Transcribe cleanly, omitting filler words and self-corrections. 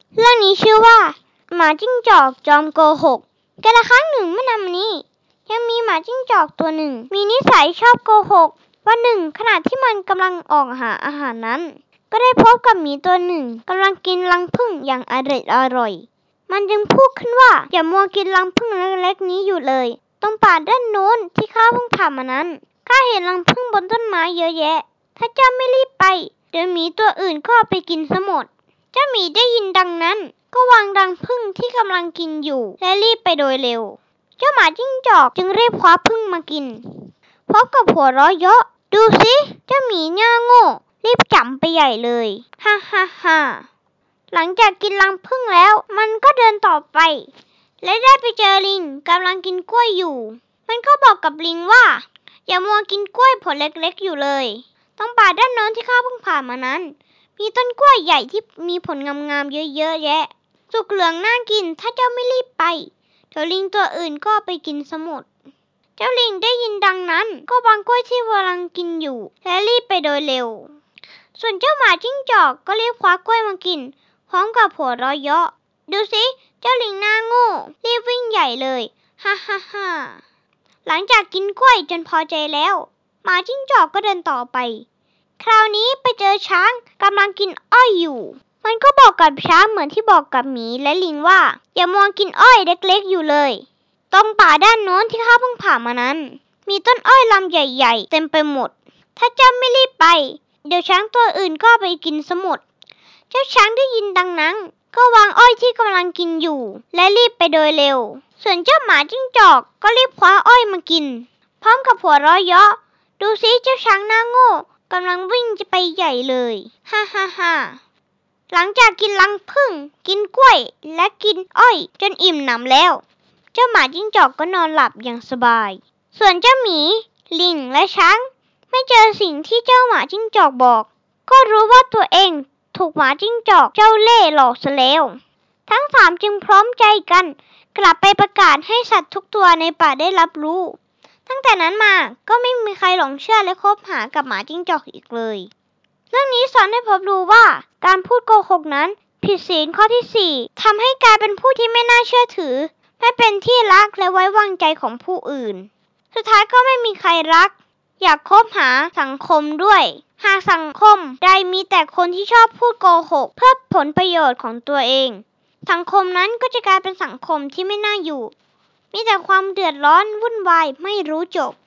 เรื่องนี้ชื่อว่าหมาจิ้งจอกจอมโกหกกาลครั้งหนึ่งเมื่อนานมานี้ยังมีหมาจิ้งจอกตัวหนึ่งมีนิสัยชอบโกหกวันหนึ่งขณะที่มันกำลังออกหาอาหารนั้นก็ได้พบกับหมีตัวหนึ่งกำลังกินรังผึ้งอย่างอร่อยมันจึงพูดขึ้นว่าอย่ามัวกินรังผึ้งเล็กๆนี้อยู่เลยตรงป่าด้านโน้นที่ข้าเพิ่งผ่านมานั้นข้าเห็นรังผึ้งบนต้นไม้เยอะแยะถ้าเจ้าไม่รีบไปเดี๋ยวหมีตัวอื่นก็เอาไปกินซะหมดเจ้าหมีได้ยินดังนั้นก็วางรังผึ้งที่กำลังกินอยู่และรีบไปโดยเร็วเจ้าหมาจิ้งจอกจึงรีบคว้าผึ้งมากินพร้อมกับหัวเราะเยาะดูสิเจ้าหมีหน้าโง่รีบจับไปใหญ่เลยฮ่าฮ่าฮ่าหลังจากกินรังผึ้งแล้วมันก็เดินต่อไปและได้ไปเจอลิงกำลังกินกล้วยอยู่มันก็บอกกับลิงว่าอย่ามัวกินกล้วยผลเล็กๆอยู่เลยตรงป่าด้านโน้นที่ข้าเพิ่งผ่านมานั้นมีต้นกล้วยใหญ่ที่มีผลงามๆเยอะแยะสุกเหลืองน่ากินถ้าเจ้าไม่รีบไปเดี๋ยวลิงตัวอื่นก็ไปกินซะหมดเจ้าลิงได้ยินดังนั้นก็วางกล้วยที่กำลังกินอยู่และรีบไปโดยเร็วส่วนเจ้าหมาจิ้งจอกก็รีบคว้ากล้วยมากินพร้อมกับหัวเราะเยาะดูสิเจ้าลิงหน้าโง่รีบวิ่งใหญ่เลยฮ่าฮ่าฮ่าหลังจากกินกล้วยจนพอใจแล้วหมาจิ้งจอกก็เดินต่อไปคราวนี้ไปเจอช้างกำลังกินอ้อยอยู่มันก็บอกกับช้างเหมือนที่บอกกับหมีและลิงว่าอย่ามัวกินอ้อยเล็กๆอยู่เลยตรงป่าด้านโน้นที่ข้าเพิ่งผ่านมานั้นมีต้นอ้อยลำใหญ่ๆเต็มไปหมดถ้าเจ้าไม่รีบไปเดี๋ยวช้างตัวอื่นก็ไปกินซะหมดเจ้าช้างได้ยินดังนั้นก็วางอ้อยที่กำลังกินอยู่และรีบไปโดยเร็วส่วนเจ้าหมาจิ้งจอกก็รีบคว้าอ้อยมากินพร้อมกับหัวเราะเยาะดูสิเจ้าช้างหน้าโง่กำลังวิ่งจะไปใหญ่เลยฮ่าฮ่าฮ่าหลังจากกินรังผึ้งกินกล้วยและกินอ้อยจนอิ่มหนำแล้วเจ้าหมาจิ้งจอกก็นอนหลับอย่างสบายส่วนเจ้าหมีลิงและช้างไม่เจอสิ่งที่เจ้าหมาจิ้งจอกบอกก็รู้ว่าตัวเองถูกหมาจิ้งจอกเจ้าเล่ห์หลอกซะแล้วทั้งสามจึงพร้อมใจกันกลับไปประกาศให้สัตว์ทุกตัวในป่าได้รับรู้ตั้งแต่นั้นมาก็ไม่มีใครหลงเชื่อและคบหากับหมาจิ้งจอกอีกเลยเรื่องนี้สอนให้พบรู้ว่าการพูดโกหกนั้นผิดศีลข้อที่ 4ทำให้กลายเป็นผู้ที่ไม่น่าเชื่อถือไม่เป็นที่รักและไว้วางใจของผู้อื่นสุดท้ายก็ไม่มีใครรักอยากคบหาสังคมด้วยหากสังคมใดมีแต่คนที่ชอบพูดโกหกเพื่อผลประโยชน์ของตัวเองสังคมนั้นก็จะกลายเป็นสังคมที่ไม่น่าอยู่มีแต่ความเดือดร้อนวุ่นวายไม่รู้จบ